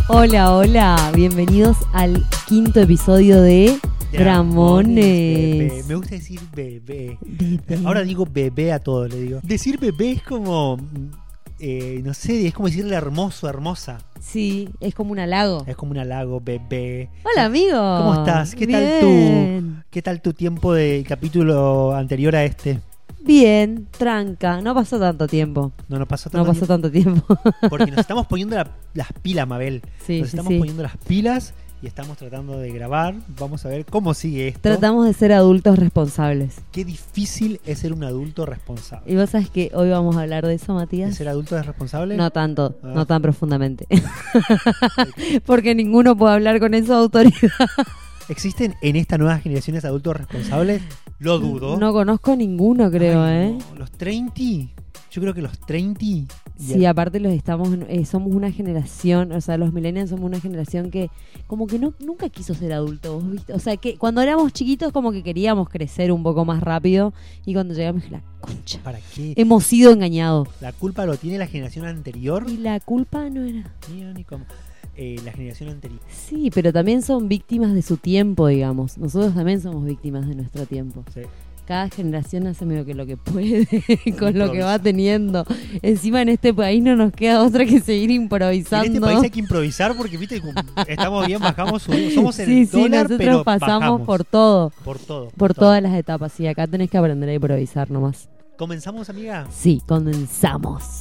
Hola, hola, bienvenidos al quinto episodio de Dramones. Bebé. Me gusta decir bebé. Ahora digo bebé a todo, le digo. Decir bebé es como, no sé, es como decirle hermoso, hermosa. Sí, es como un halago. Es como un halago, bebé. Hola, amigo. ¿Cómo estás? ¿Qué tal tu tiempo del capítulo anterior a este? Bien, tranca, no pasó tanto tiempo. No pasó tanto tiempo. Porque nos estamos poniendo las pilas, Mabel. Sí, nos estamos poniendo las pilas y estamos tratando de grabar. Vamos a ver cómo sigue esto. Tratamos de ser adultos responsables. Qué difícil es ser un adulto responsable. ¿Y vos sabés que hoy vamos a hablar de eso, Matías? ¿De ser adulto responsable? No tanto, no tan profundamente. Porque ninguno puede hablar con esa autoridad. ¿Existen en esta nueva generaciones adultos responsables? Lo dudo. No conozco ninguno, creo, Ay, no. Los 30, yo creo que los 30. Sí, aparte somos una generación, o sea, los millennials somos una generación que como que nunca quiso ser adulto, ¿viste? O sea, que cuando éramos chiquitos como que queríamos crecer un poco más rápido y cuando llegamos dije, la concha. ¿Para qué? Hemos sido engañados. La culpa lo tiene la generación anterior. Y la culpa no era... Ni cómo. La generación anterior. Sí, pero también son víctimas de su tiempo, digamos. Nosotros también somos víctimas de nuestro tiempo. Sí. Cada generación hace medio que lo que puede con lo que va teniendo. Encima en este país no nos queda otra que seguir improvisando. En este país hay que improvisar porque, viste, estamos bien, bajamos, subimos. Somos en el dólar, nosotros pero pasamos bajamos. por todo. Por Todas las etapas. Y acá tenés que aprender a improvisar nomás. ¿Comenzamos, amiga? Sí, comenzamos.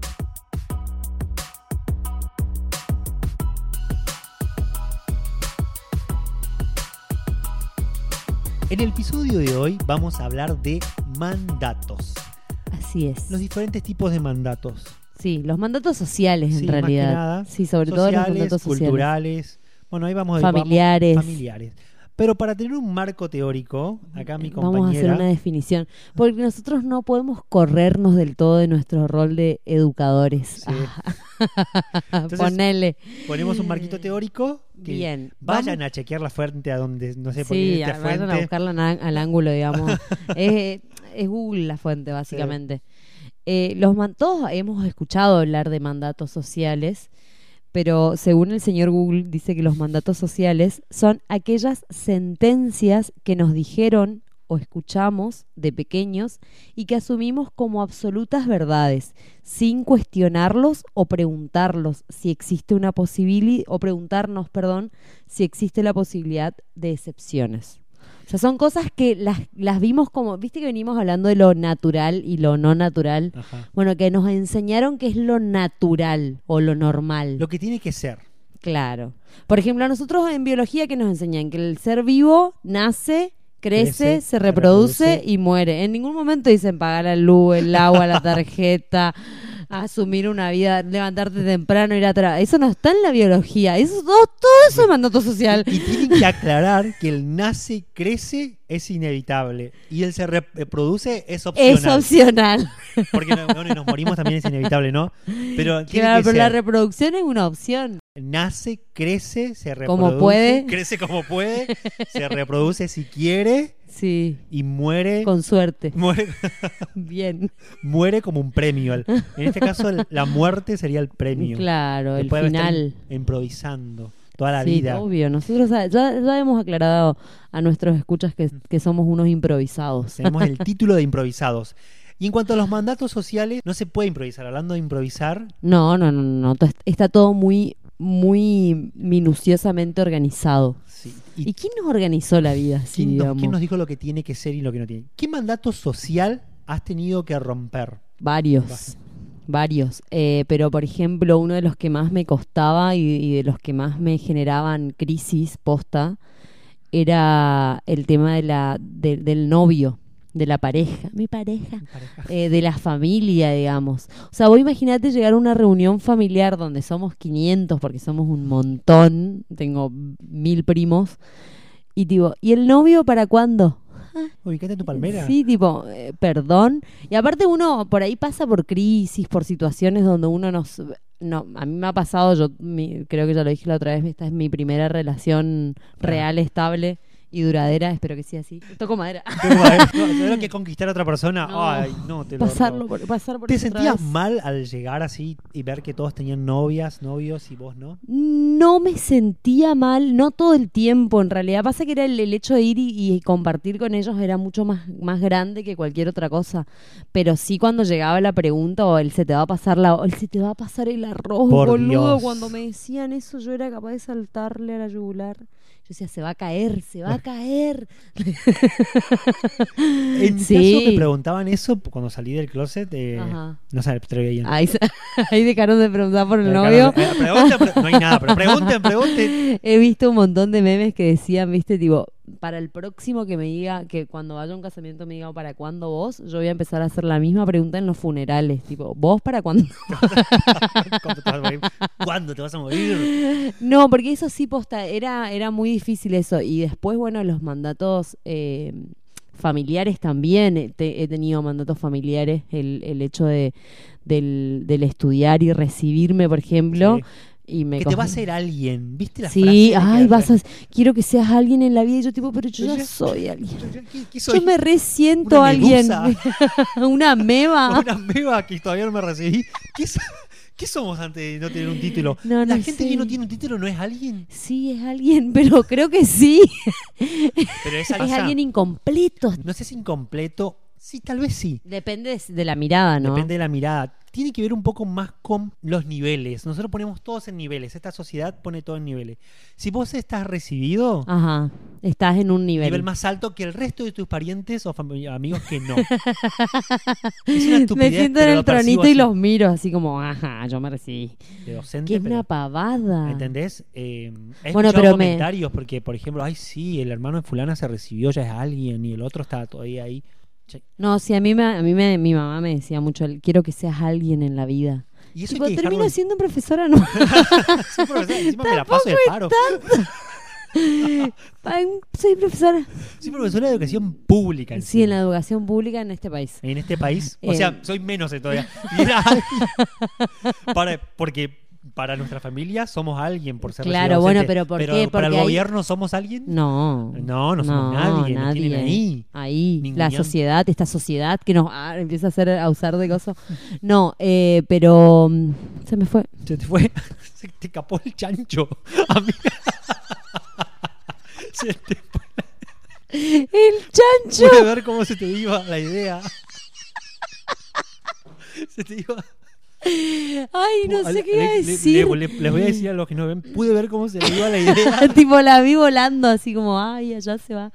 En el episodio de hoy vamos a hablar de mandatos. Así es. Los diferentes tipos de mandatos. Sí, los mandatos sociales en realidad. realidad. Más que nada, sí, sobre todo los mandatos culturales, sociales. Bueno, ahí vamos familiares. Pero para tener un marco teórico, acá mi compañera... Vamos a hacer una definición. Porque nosotros no podemos corrernos del todo de nuestro rol de educadores. Sí. Entonces, ponele. Ponemos un marquito teórico. Que bien. Vayan a chequear la fuente a donde, no sé, sí, esta vayan fuente. a buscarla al ángulo, digamos. es Google la fuente, básicamente. Sí. Todos hemos escuchado hablar de mandatos sociales. Pero según el señor Google dice que los mandatos sociales son aquellas sentencias que nos dijeron o escuchamos de pequeños y que asumimos como absolutas verdades, sin cuestionarlos o preguntarlos si existe una posibilidad, o preguntarnos, si existe la posibilidad de excepciones. O sea, son cosas que las vimos como, viste que venimos hablando de lo natural y lo no natural. Ajá. Bueno, que nos enseñaron que es lo natural o lo normal. Lo que tiene que ser. Claro. Por ejemplo, a nosotros en biología que nos enseñan que el ser vivo nace, crece, se reproduce y muere. En ningún momento dicen pagar la luz, el agua, la tarjeta, asumir una vida, levantarte temprano, ir a trabajar. Eso no está en la biología. Eso todo eso es mandato social. Y tienen que aclarar que el nace, crece es inevitable y el se reproduce es opcional. Es opcional. Porque nos morimos también es inevitable, ¿no? Pero claro, pero la reproducción es una opción. Nace, crece, se reproduce. Como puede. Crece como puede, se reproduce si quiere. Sí. Y muere. Con suerte. Muere. Bien. Muere como un premio. En este caso, la muerte sería el premio. Claro, el final. Improvisando toda la vida. Sí, obvio. Nosotros ya hemos aclarado a nuestros escuchas que somos unos improvisados. Tenemos el título de improvisados. Y en cuanto a los mandatos sociales, no se puede improvisar. Hablando de improvisar. No. Está todo muy minuciosamente organizado. Sí. ¿Y quién nos organizó la vida? ¿Quién nos dijo lo que tiene que ser y lo que no tiene? ¿Qué mandato social has tenido que romper? Varios. Pero, por ejemplo, uno de los que más me costaba y de los que más me generaban crisis posta era el tema del novio. De la pareja, mi pareja. De la familia, digamos. O sea, vos imaginate llegar a una reunión familiar donde somos 500, porque somos un montón, tengo 1000 primos, y tipo, ¿y el novio para cuándo? Ubicate en tu palmera. Sí, tipo, perdón. Y aparte uno por ahí pasa por crisis, por situaciones donde uno No, a mí me ha pasado, creo que ya lo dije la otra vez, esta es mi primera relación real, estable. y duradera, espero que sea así. Toco madera. Tener que conquistar a otra persona. No. Ay, no, te lo Pasar robo. por ¿Te eso otra sentías vez. mal al llegar así y ver que todos tenían novias, novios y vos no? No me sentía mal, no todo el tiempo en realidad. Pasa que era el hecho de ir y compartir con ellos era mucho más grande que cualquier otra cosa. Pero sí cuando llegaba la pregunta o el se te va a pasar el arroz, Por boludo. Dios. Cuando me decían eso yo era capaz de saltarle a la yugular. Yo decía, se va a caer. En mi Sí. caso me preguntaban eso cuando salí del closet. Ajá. No sé, te lo veían. Ahí dejaron de preguntar por el novio. No hay nada, pero pregunten. He visto un montón de memes que decían, viste, tipo, para el próximo que me diga, que cuando vaya a un casamiento me diga, ¿para cuándo vos? Yo voy a empezar a hacer la misma pregunta en los funerales, tipo, ¿vos para cuándo? ¿Cuándo te vas a morir? ¿Cuándo te vas a morir? No, porque eso sí, posta, era muy difícil eso. Y después, bueno, los mandatos familiares también. He tenido mandatos familiares, el hecho del estudiar y recibirme, por ejemplo. Sí. Y me Que te va a ser alguien, ¿viste la frase? Sí, de ay, que- quiero que seas alguien en la vida. Y yo tipo, pero yo Pero ya ya- soy alguien. ¿Qué soy? Yo me resiento ¿Una alguien. medusa? Una ameba. Una meba que todavía no me recibí. ¿Qué somos antes de no tener un título? No, La no gente sé. que no tiene un título no es alguien. Sí, es alguien, pero creo que sí. Pero es Es alguien incompleto. No sé si incompleto. Sí, tal vez sí. Depende de la mirada, ¿no? Depende de la mirada. Tiene que ver un poco más con los niveles. Nosotros ponemos todos en niveles. Esta sociedad pone todo en niveles. Si vos estás recibido, Ajá. Estás en un nivel. más alto que el resto de tus parientes o amigos que no. Es una estupidez, Me siento en pero el lo percibo tronito y así. los miro así como, ajá, yo me recibí. De docente, Que es pero- una pavada. ¿Entendés? He Bueno, escuchado pero comentarios porque, por ejemplo, ay, sí, el hermano de fulana se recibió, ya es alguien, y el otro está todavía ahí. Che, No, sí, mi mamá me decía mucho, quiero que seas alguien en la vida. y eso Tipo, hay que termino dejarlo siendo profesora, no. Sí, profesor, encima me la paso de paro. Ay, soy profesora. Soy profesora de educación pública. Sí, en encima. la educación pública en este país. En este país. O sea, soy menos todavía. Porque para nuestra familia somos alguien por ser Claro, docente. bueno, pero ¿por qué? Para el Porque ahí- gobierno somos alguien. No. No somos nadie. Nos tienen ahí. Ahí, Ninguneando. la sociedad, esta sociedad que nos empieza a usar de cosas. No, pero se me fue. Se te fue. Se te escapó el chancho. A mí. Se te fue. El chancho. Pude ver cómo se te iba la idea. Se te iba. Ay, no sé qué iba a decir. Les voy a decir a los que no ven. Pude ver cómo se le iba la idea. Tipo, la vi volando así como, ay, allá se va.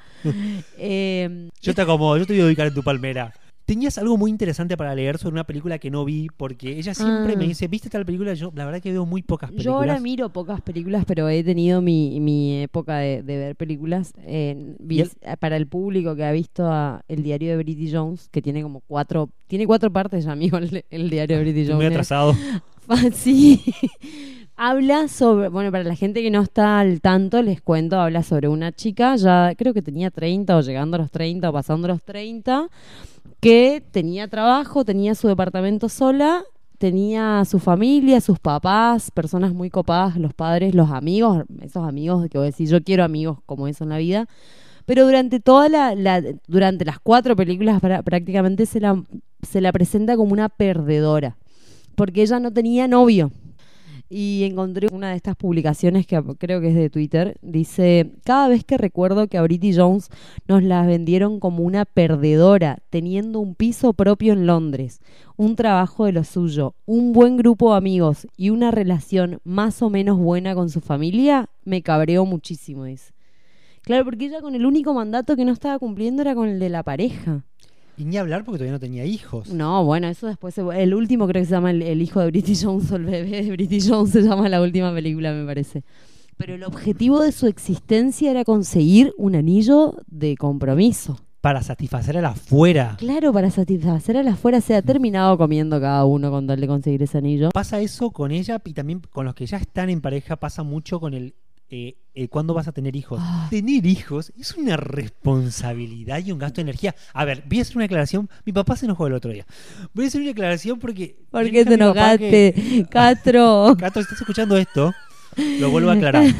Yo te acomodo, yo te voy a ubicar en tu palmera. Tenías algo muy interesante para leer sobre una película que no vi, porque ella siempre me dice, ¿viste tal película? Yo la verdad que veo muy pocas películas. Yo ahora miro pocas películas, pero he tenido mi época de ver películas. Para el público que ha visto El diario de Bridget Jones, que tiene como cuatro partes ya, amigo, el diario de Bridget Estoy Jones. muy atrasado. Sí. Habla sobre, bueno, para la gente que no está al tanto, les cuento, habla sobre una chica, ya creo que tenía 30 o llegando a los 30 o pasando los 30, que tenía trabajo, tenía su departamento sola, tenía su familia, sus papás, personas muy copadas, los padres, los amigos, esos amigos de que voy a decir, yo quiero amigos como eso en la vida. Pero durante durante las 4 películas prácticamente se la presenta como una perdedora, porque ella no tenía novio. Y encontré una de estas publicaciones que creo que es de Twitter. Dice, cada vez que recuerdo que a Bridget Jones nos la vendieron como una perdedora, teniendo un piso propio en Londres, un trabajo de lo suyo, un buen grupo de amigos y una relación más o menos buena con su familia, me cabreó muchísimo, dice. Claro, porque ella con el único mandato que no estaba cumpliendo era con el de la pareja. Y ni hablar porque todavía no tenía hijos. No, bueno, eso después... El último creo que se llama el hijo de Bridget Jones, o el bebé de Bridget Jones se llama la última película, me parece. Pero el objetivo de su existencia era conseguir un anillo de compromiso. Para satisfacer a la afuera. Claro, para satisfacer a la afuera se ha terminado comiendo cada uno con tal de conseguir ese anillo. Pasa eso con ella y también con los que ya están en pareja. Pasa mucho con el ¿cuándo vas a tener hijos? Tener hijos es una responsabilidad y un gasto de energía. A ver, voy a hacer una aclaración. Mi papá se enojó el otro día. Voy a hacer una aclaración porque... ¿Por qué te enojaste, Castro? Cato, si estás escuchando esto, lo vuelvo a aclarar.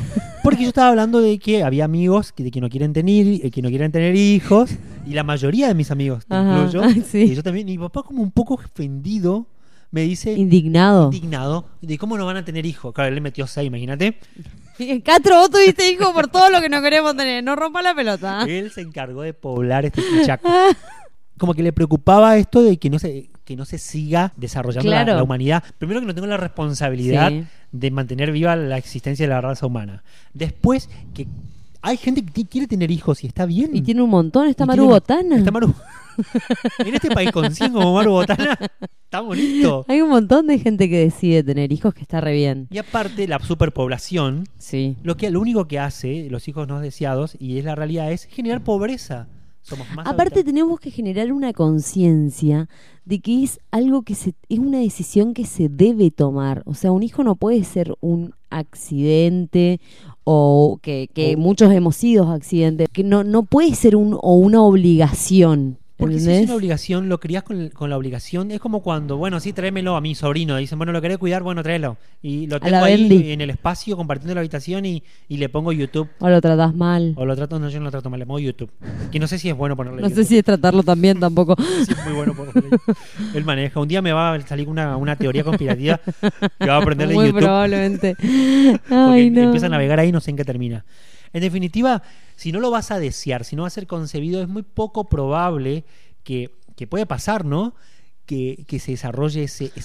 Porque yo estaba hablando de que había amigos que no quieren tener hijos, y la mayoría de mis amigos, te Ajá, incluyo, sí. y yo también, y mi papá como un poco ofendido, me dice, Indignado. de cómo no van a tener hijos. Claro, él le metió 6, imagínate. Castro, vos tuviste hijo por todo lo que no queremos tener. No rompa la pelota. Él se encargó de poblar este fichaco. Como que le preocupaba esto de que no se siga desarrollando Claro. la humanidad. Primero, que no tengo la responsabilidad Sí. de mantener viva la existencia de la raza humana. Después, que hay gente que quiere tener hijos y está bien. Y tiene un montón. Está Y Maru tiene- Botana. Está Maru. En este país con 100 como Maru Botana, está bonito. Hay un montón de gente que decide tener hijos que está re bien. Y aparte, la superpoblación, Sí. lo único que hace los hijos no deseados, y es la realidad, es generar pobreza. Somos más Aparte tenemos que generar una conciencia de que es algo que es una decisión que se debe tomar. O sea, un hijo no puede ser un accidente o que muchos hemos sido accidentes, que no puede ser una obligación. Porque si ¿Entendés? es una obligación, lo criás con la obligación. Es como cuando, bueno, sí, tráemelo a mi sobrino. Dicen, bueno, lo querés cuidar, bueno, tráelo. Y lo tengo la ahí Bendy. en el espacio, compartiendo la habitación, y le pongo YouTube. O lo tratás mal. O lo trato, no, yo no lo trato mal, le pongo YouTube. Que no sé si es bueno ponerle No YouTube. sé si es tratarlo también tampoco. Sí, es muy bueno ponerle YouTube. Él maneja. Un día me va a salir una teoría conspirativa que va a aprenderle Muy YouTube. probablemente. Porque Ay, no. empieza a navegar ahí y no sé en qué termina. En definitiva, si no lo vas a desear, si no va a ser concebido, es muy poco probable que puede pasar, ¿no? Que se desarrolle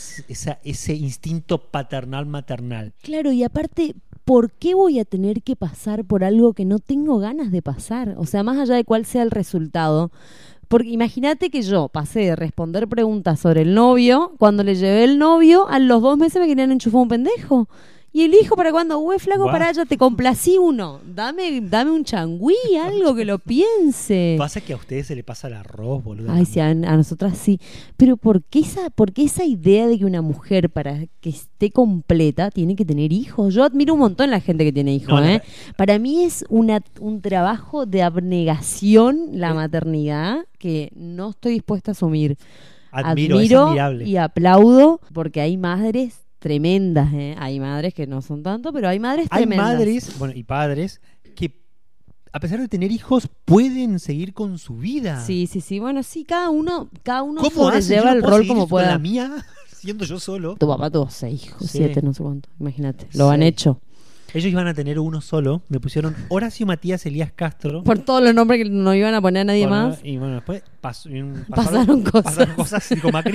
ese instinto paternal-maternal. Claro, y aparte, ¿por qué voy a tener que pasar por algo que no tengo ganas de pasar? O sea, más allá de cuál sea el resultado. Porque imagínate que yo pasé de responder preguntas sobre el novio, cuando le llevé el novio, a los 2 meses me querían enchufar un pendejo. ¿Y el hijo para cuándo? Flaco, Guau. para allá, te complací uno. Dame un changüí, algo que lo piense. Pasa que a ustedes se le pasa el arroz, boludo. Ay, sí, a nosotras sí. Pero ¿por qué esa idea de que una mujer, para que esté completa, tiene que tener hijos? Yo admiro un montón la gente que tiene hijos, No, ¿eh? Para mí es un trabajo de abnegación la maternidad que no estoy dispuesta a asumir. Admiro, es admirable. Y aplaudo porque hay madres tremendas, ¿eh? Hay madres que no son tanto, pero hay madres Hay tremendas. madres, bueno, y padres que, a pesar de tener hijos, pueden seguir con su vida. Sí, sí, sí. Bueno, sí, cada uno ¿Cómo hacen? sobrelleva Yo no el puedo rol seguir como con pueda. la mía, siendo yo solo. Tu papá tuvo 6 hijos, Sí. 7, no sé cuánto. Imagínate, lo han 6. hecho. Ellos iban a tener uno solo. Me pusieron Horacio Matías Elías Castro. Por todos los nombres que no iban a poner a nadie Bueno, más. Y bueno, después Pasaron cosas. Pasaron cosas, dijo Macri.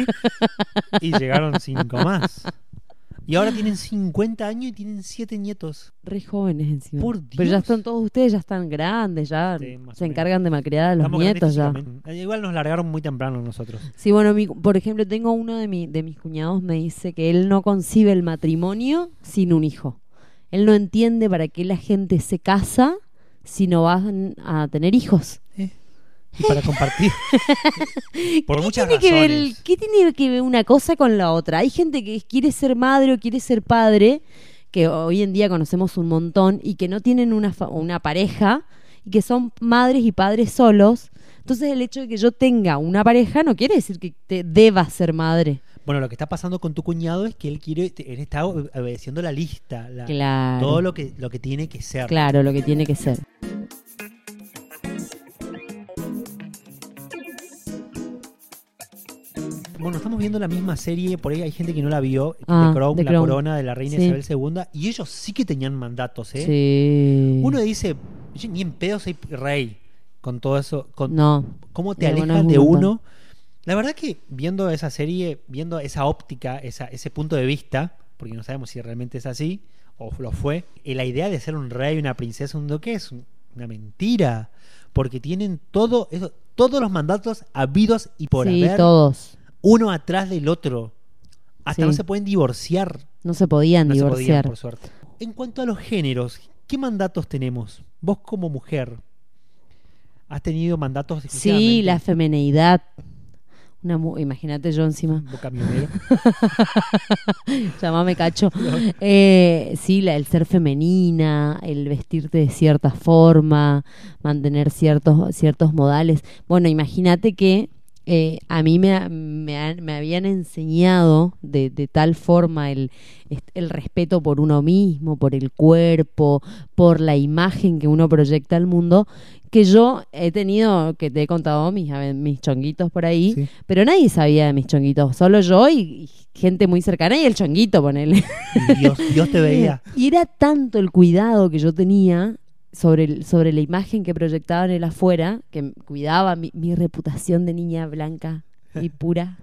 Y llegaron 5 más. Y ahora tienen 50 años y tienen 7 nietos. Re jóvenes encima. Por Pero ya Dios. están todos ustedes, ya están grandes, ya Sí, más o se menos. encargan de malcriar a los Estamos nietos ya. grandes físicamente. Igual nos largaron muy temprano nosotros. Sí, bueno, por ejemplo, tengo uno de mis cuñados me dice que él no concibe el matrimonio sin un hijo. Él no entiende para qué la gente se casa si no van a tener hijos. Y para compartir. Por muchas ¿Qué tiene razones. ¿Qué tiene que ver una cosa con la otra? Hay gente que quiere ser madre o quiere ser padre, que hoy en día conocemos un montón, y que no tienen una pareja, y que son madres y padres solos. Entonces el hecho de que yo tenga una pareja no quiere decir que te deba ser madre. Bueno, lo que está pasando con tu cuñado es que él está obedeciendo la lista. Claro. Todo lo que tiene que ser. Claro, lo que tiene que ser. Bueno, estamos viendo la misma serie, por ahí hay gente que no la vio, Ah, The Crown, The la Crown. corona de la reina Sí. Isabel II, y ellos sí que tenían mandatos, ¿eh? Sí. Uno dice, yo ni en pedo soy rey, con todo eso, con No. cómo te No, no alejan es un de montón. uno. La verdad que viendo esa serie, viendo esa óptica, ese punto de vista, porque no sabemos si realmente es así, o lo fue, la idea de ser un rey, una princesa, un duque es una mentira, porque tienen todos los mandatos habidos y por Sí, haber, todos. uno atrás del otro. Hasta Sí. no se pueden divorciar. No se podían No se podían, divorciar. por suerte. En cuanto a los géneros, ¿qué mandatos tenemos? Vos como mujer, ¿has tenido mandatos Sí, exclusivamente? la femineidad. Imagínate yo encima. Vos camionero. Llamame cacho. Sí, el ser femenina, el vestirte de cierta forma, mantener ciertos modales. Bueno, imagínate que A mí me habían enseñado de tal forma el respeto por uno mismo, por el cuerpo, por la imagen que uno proyecta al mundo, que yo he tenido, que te he contado mis chonguitos por ahí, Sí. pero nadie sabía de mis chonguitos, solo yo y gente muy cercana y el chonguito, ponele. Y Dios te veía. Y era tanto el cuidado que yo tenía sobre la imagen que proyectaba en el afuera, que cuidaba mi reputación de niña blanca y pura,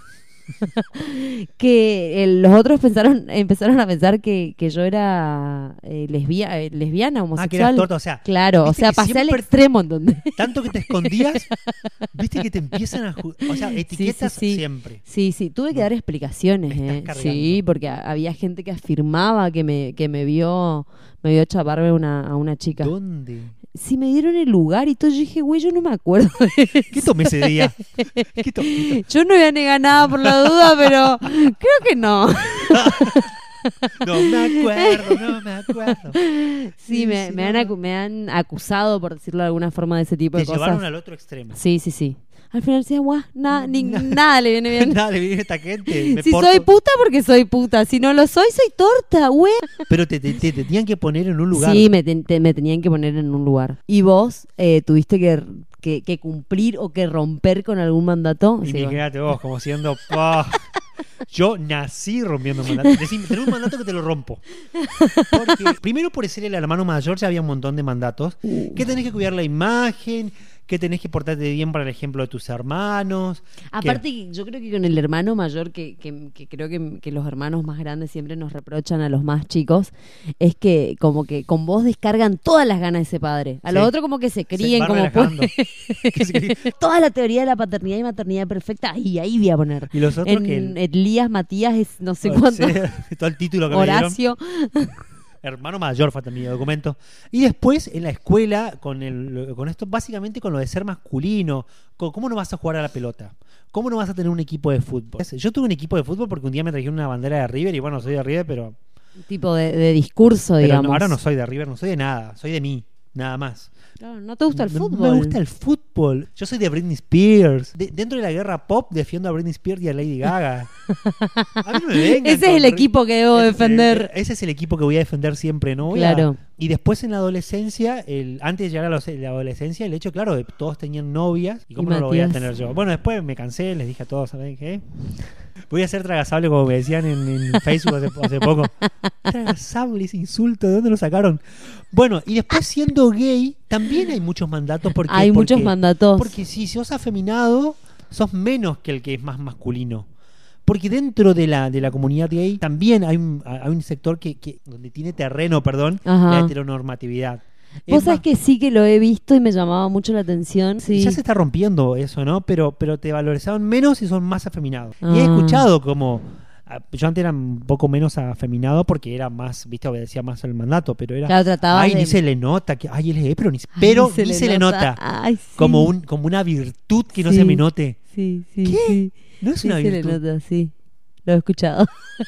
que los otros empezaron a pensar que yo era lesbiana, Ah, homosexual. que eras torta, o sea. Claro, o viste sea, que pasé al siempre- extremo en donde... Tanto que te escondías, viste que te empiezan a... O sea, etiquetas sí. siempre. Sí, tuve que dar explicaciones, Me estás cargando. Sí, porque había gente que afirmaba que me vio chaparme a una chica. ¿Dónde? Sí, me dieron el lugar y todo. Yo dije, güey, yo no me acuerdo. ¿Qué tomé ese día? ¿Qué tomé? Yo no voy a negar nada por la duda, pero creo que no. No me acuerdo. Sí, me han acusado, por decirlo de alguna forma, de ese tipo Te de cosas. llevaron al otro extremo. Sí. Al final decía, guau, nada le viene bien. Dale, viene esta gente. me Si porto. soy puta, porque soy puta. Si no lo soy torta, güey. Pero te tenían que poner en un lugar. Sí, me tenían que poner en un lugar. ¿Y vos tuviste que cumplir o que romper con algún mandato? Sí, Imagínate vos, como siendo... Yo nací rompiendo mandatos. Decime, tenés un mandato que te lo rompo. Porque, primero, por ser el hermano mayor, ya había un montón de mandatos. Que tenés que cuidar la imagen, que tenés que portarte bien para el ejemplo de tus hermanos. Aparte, yo creo que con el hermano mayor, que creo que los hermanos más grandes siempre nos reprochan a los más chicos, es que como que con vos descargan todas las ganas de ese padre. A los Sí. otros como que se Se críen va como relajando. pueden. Que se críen. Toda la teoría de la paternidad y maternidad perfecta, y ahí voy a poner. Y los otros En Elías, Matías, no sé Sí, cuánto, todo el título que me dieron. Horacio. Hermano mayor falta mi documento. Y después en la escuela, con esto, básicamente con lo de ser masculino, con cómo no vas a jugar a la pelota, cómo no vas a tener un equipo de fútbol. Yo tuve un equipo de fútbol porque un día me trajeron una bandera de River y bueno, soy de River, pero Tipo de discurso, no, digamos. ahora no soy de River, no soy de nada, soy de mí, nada más. Claro, no te gusta el No fútbol. me gusta el fútbol. Yo soy de Britney Spears. Dentro de la guerra pop defiendo a Britney Spears y a Lady Gaga. A mí no me vengan Ese es el con equipo que debo defender. Ese es el equipo que voy a defender siempre, ¿no? Claro. Y después en la adolescencia, antes de llegar a la adolescencia, el hecho, claro, de que todos tenían novias. ¿Y cómo Y no lo voy a Matías. tener yo? Bueno, después me cansé, les dije a todos, ¿saben qué? Voy a ser tragasable, como me decían en Facebook hace poco. Tragasable, ese insulto, ¿de dónde lo sacaron? Bueno, y después siendo gay, también hay muchos mandatos. Hay muchos mandatos. Porque si sos afeminado, sos menos que el que es más masculino. Porque dentro de la comunidad gay también hay un sector donde tiene terreno, Ajá. la heteronormatividad. Vos sabés que sí que lo he visto y me llamaba mucho la atención. Sí. Ya se está rompiendo eso, ¿no? Pero te valorizaban menos y son más afeminados. Y he Ah. escuchado como... Yo antes era un poco menos afeminado porque era más, viste, obedecía más al mandato, pero era... Claro, tratabas Ay, de- ni se le nota que... Ay, él es gay, pero ni Ay, se le nota. Ay, sí. Como una virtud que no Sí. se me note. Sí. ¿Qué? No es Sí, una se le virtud. nota, sí. Lo he escuchado.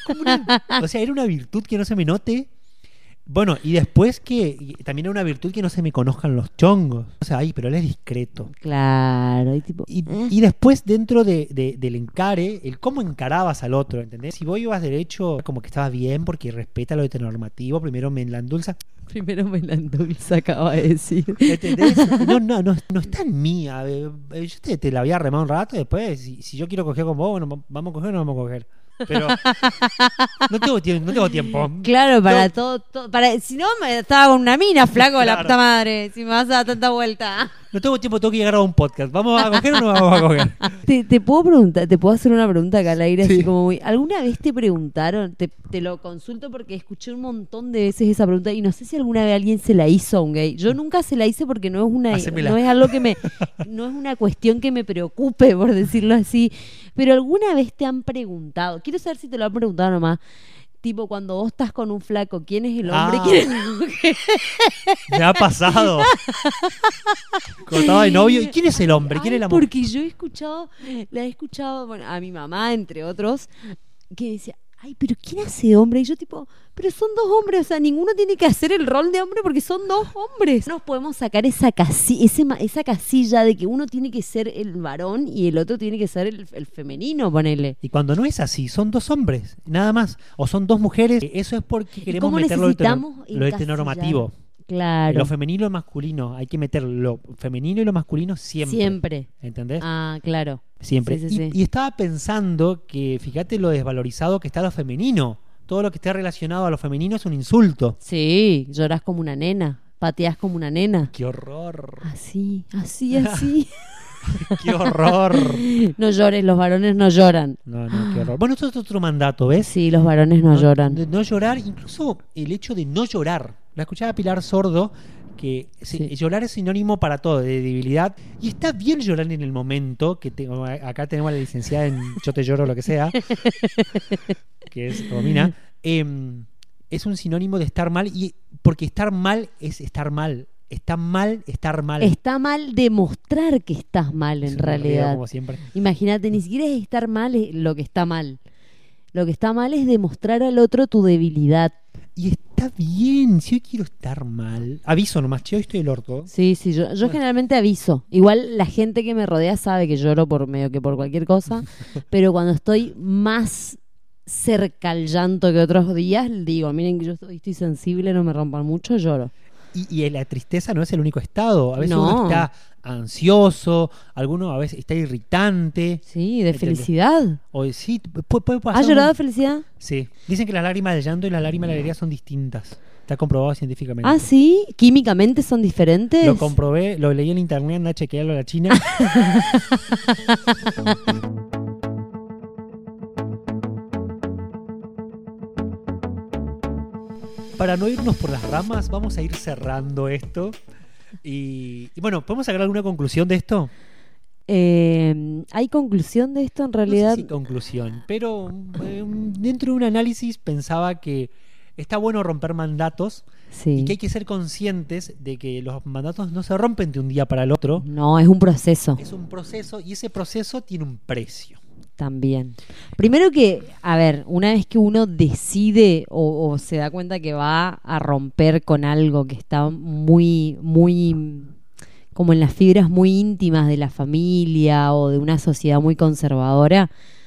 O sea, era una virtud que no se me note. Bueno, y después también era una virtud que no se me conozcan los chongos. O sea, ay, pero él es discreto. Claro. Y tipo, Y después dentro del encare, el cómo encarabas al otro, ¿entendés? Si vos ibas derecho, como que estabas bien porque respeta lo heteronormativo, primero me la endulza. primero me la endulza, acaba de decir. ¿Entendés? No está en mí. A ver, yo te la voy a remar un rato, después, si yo quiero coger con vos, bueno, vamos a coger o no vamos a coger. Pero no tengo tiempo. Claro, para No. todo, para, si no me estaba con una mina, flaco, la Claro. puta madre, si me vas a dar tanta vuelta. No tengo tiempo, tengo que llegar a un podcast. ¿Vamos a coger o no vamos a coger? Te puedo preguntar, te puedo hacer una pregunta acá al aire, Sí. así como muy, ¿alguna vez te preguntaron? Te lo consulto porque escuché un montón de veces esa pregunta y no sé si alguna vez alguien se la hizo a un gay. Yo nunca se la hice porque no es algo no es una cuestión que me preocupe, por decirlo así. Pero alguna vez te han preguntado, quiero saber si te lo han preguntado nomás. Tipo, cuando vos estás con un flaco, ¿quién es el hombre? Ah. ¿Quién es la mujer? Me ha pasado. Cuando estaba de novio. ¿Y quién es el hombre? ¿Quién Ay, es la mujer? porque yo la he escuchado, bueno, a mi mamá, entre otros, que decía, ay, pero ¿quién hace de hombre? Y yo tipo, pero son dos hombres, o sea, ninguno tiene que hacer el rol de hombre porque son dos hombres. No nos podemos sacar esa casilla de que uno tiene que ser el varón y el otro tiene que ser el femenino, ponele. Y cuando no es así, son dos hombres, nada más. O son dos mujeres. Eso es porque queremos meter lo heteronormativo. Claro. Lo femenino y lo masculino. Hay que meter lo femenino y lo masculino siempre. Siempre. ¿Entendés? Ah, claro. Siempre. Sí. Y estaba pensando que, fíjate lo desvalorizado que está lo femenino. Todo lo que esté relacionado a lo femenino es un insulto. Sí, llorás como una nena, pateás como una nena. ¡Qué horror! Así. ¡Qué horror! No llores, los varones no lloran. No, qué horror. Bueno, esto es otro mandato, ¿ves? Sí, los varones no lloran. De no llorar, incluso el hecho de no llorar. La escuchaba Pilar Sordo, que llorar es sinónimo para todo, de debilidad. Y está bien llorar en el momento, acá tenemos a la licenciada en Yo te lloro, lo que sea, que es Romina. Es un sinónimo de estar mal, y porque estar mal es estar mal. Está mal estar mal. Está mal demostrar que estás mal en realidad. Como siempre. Imagínate, ni siquiera es estar mal lo que está mal. Lo que está mal es demostrar al otro tu debilidad. Y está bien, si hoy quiero estar mal. Aviso nomás, che, hoy estoy del orto. Sí, yo generalmente aviso. Igual la gente que me rodea sabe que lloro por medio que por cualquier cosa. Pero cuando estoy más cerca al llanto que otros días, digo, miren que yo estoy sensible, no me rompan mucho, lloro. Y la tristeza no es el único estado. A veces No. uno está ansioso, alguno a veces está irritante. Sí, de felicidad. O sí, puede pasar. ¿Has llorado de felicidad? Sí. Dicen que las lágrimas del llanto y las lágrimas de la alegría son distintas. Está comprobado científicamente. Ah, sí, químicamente son diferentes. Lo comprobé, lo leí en internet, anda a chequearlo a la China. Para no irnos por las ramas, vamos a ir cerrando esto. Y bueno, ¿podemos sacar alguna conclusión de esto? ¿Hay conclusión de esto en realidad? No sé si conclusión, pero dentro de un análisis pensaba que está bueno romper mandatos. Sí. Y que hay que ser conscientes de que los mandatos no se rompen de un día para el otro. No, es un proceso. Es un proceso y ese proceso tiene un precio. También. Primero que, a ver, una vez que uno decide o se da cuenta que va a romper con algo que está muy, muy, como en las fibras muy íntimas de la familia o de una sociedad muy conservadora,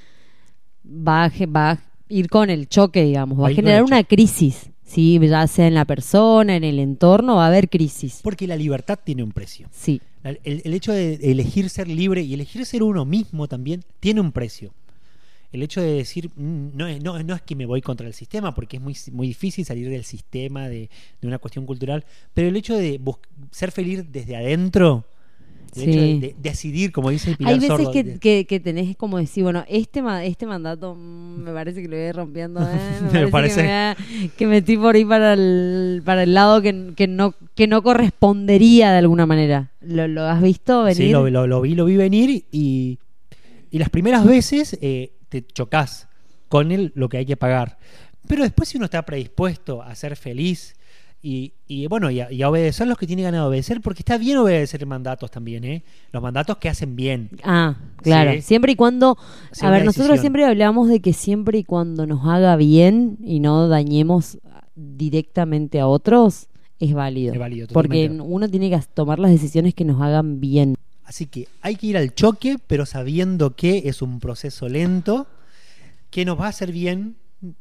va a ir con el choque, digamos, va a generar una crisis. Sí, ya sea en la persona, en el entorno, va a haber crisis. Porque la libertad tiene un precio. Sí. El hecho de elegir ser libre y elegir ser uno mismo también tiene un precio. El hecho de decir, no es que me voy contra el sistema, porque es muy difícil salir del sistema de una cuestión cultural, pero el hecho de ser feliz desde adentro, el hecho de decidir, como dice Pilar Hay veces Sordo, que tenés como decir, bueno, este mandato me parece que lo voy rompiendo, me parece que metí por ahí para el lado que no correspondería de alguna manera. ¿Lo has visto venir? Sí, lo vi venir y las primeras veces te chocás con lo que hay que pagar. Pero después, si uno está predispuesto a ser feliz y a obedecer los que tiene ganas de obedecer, porque está bien obedecer mandatos también, los mandatos que hacen bien. Ah, claro. Sí. Siempre y cuando, sea a ver, una nosotros decisión. siempre hablamos de que siempre y cuando nos haga bien y no dañemos directamente a otros, es válido. Es válido, porque totalmente. uno tiene que tomar las decisiones que nos hagan bien. Así que hay que ir al choque, pero sabiendo que es un proceso lento, que nos va a hacer bien.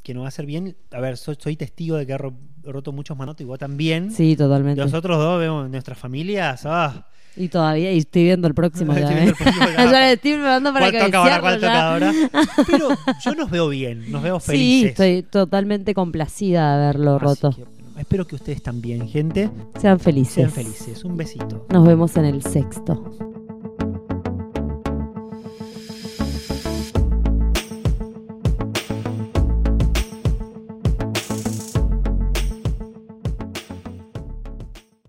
A ver, soy testigo de que he roto muchos mandatos y vos también. Sí, totalmente. Nosotros dos vemos nuestras familias. Y todavía estoy viendo el próximo. Estoy Ya, viendo el próximo ya. ya le estoy mandando para ¿Cuál toca ahora? ¿Cuál toca ya. ahora? Pero yo nos veo bien, nos veo Sí, felices. estoy totalmente complacida de haberlo Así roto. que, espero que ustedes también, gente. Sean felices. Sean felices. Un besito. Nos vemos en el sexto.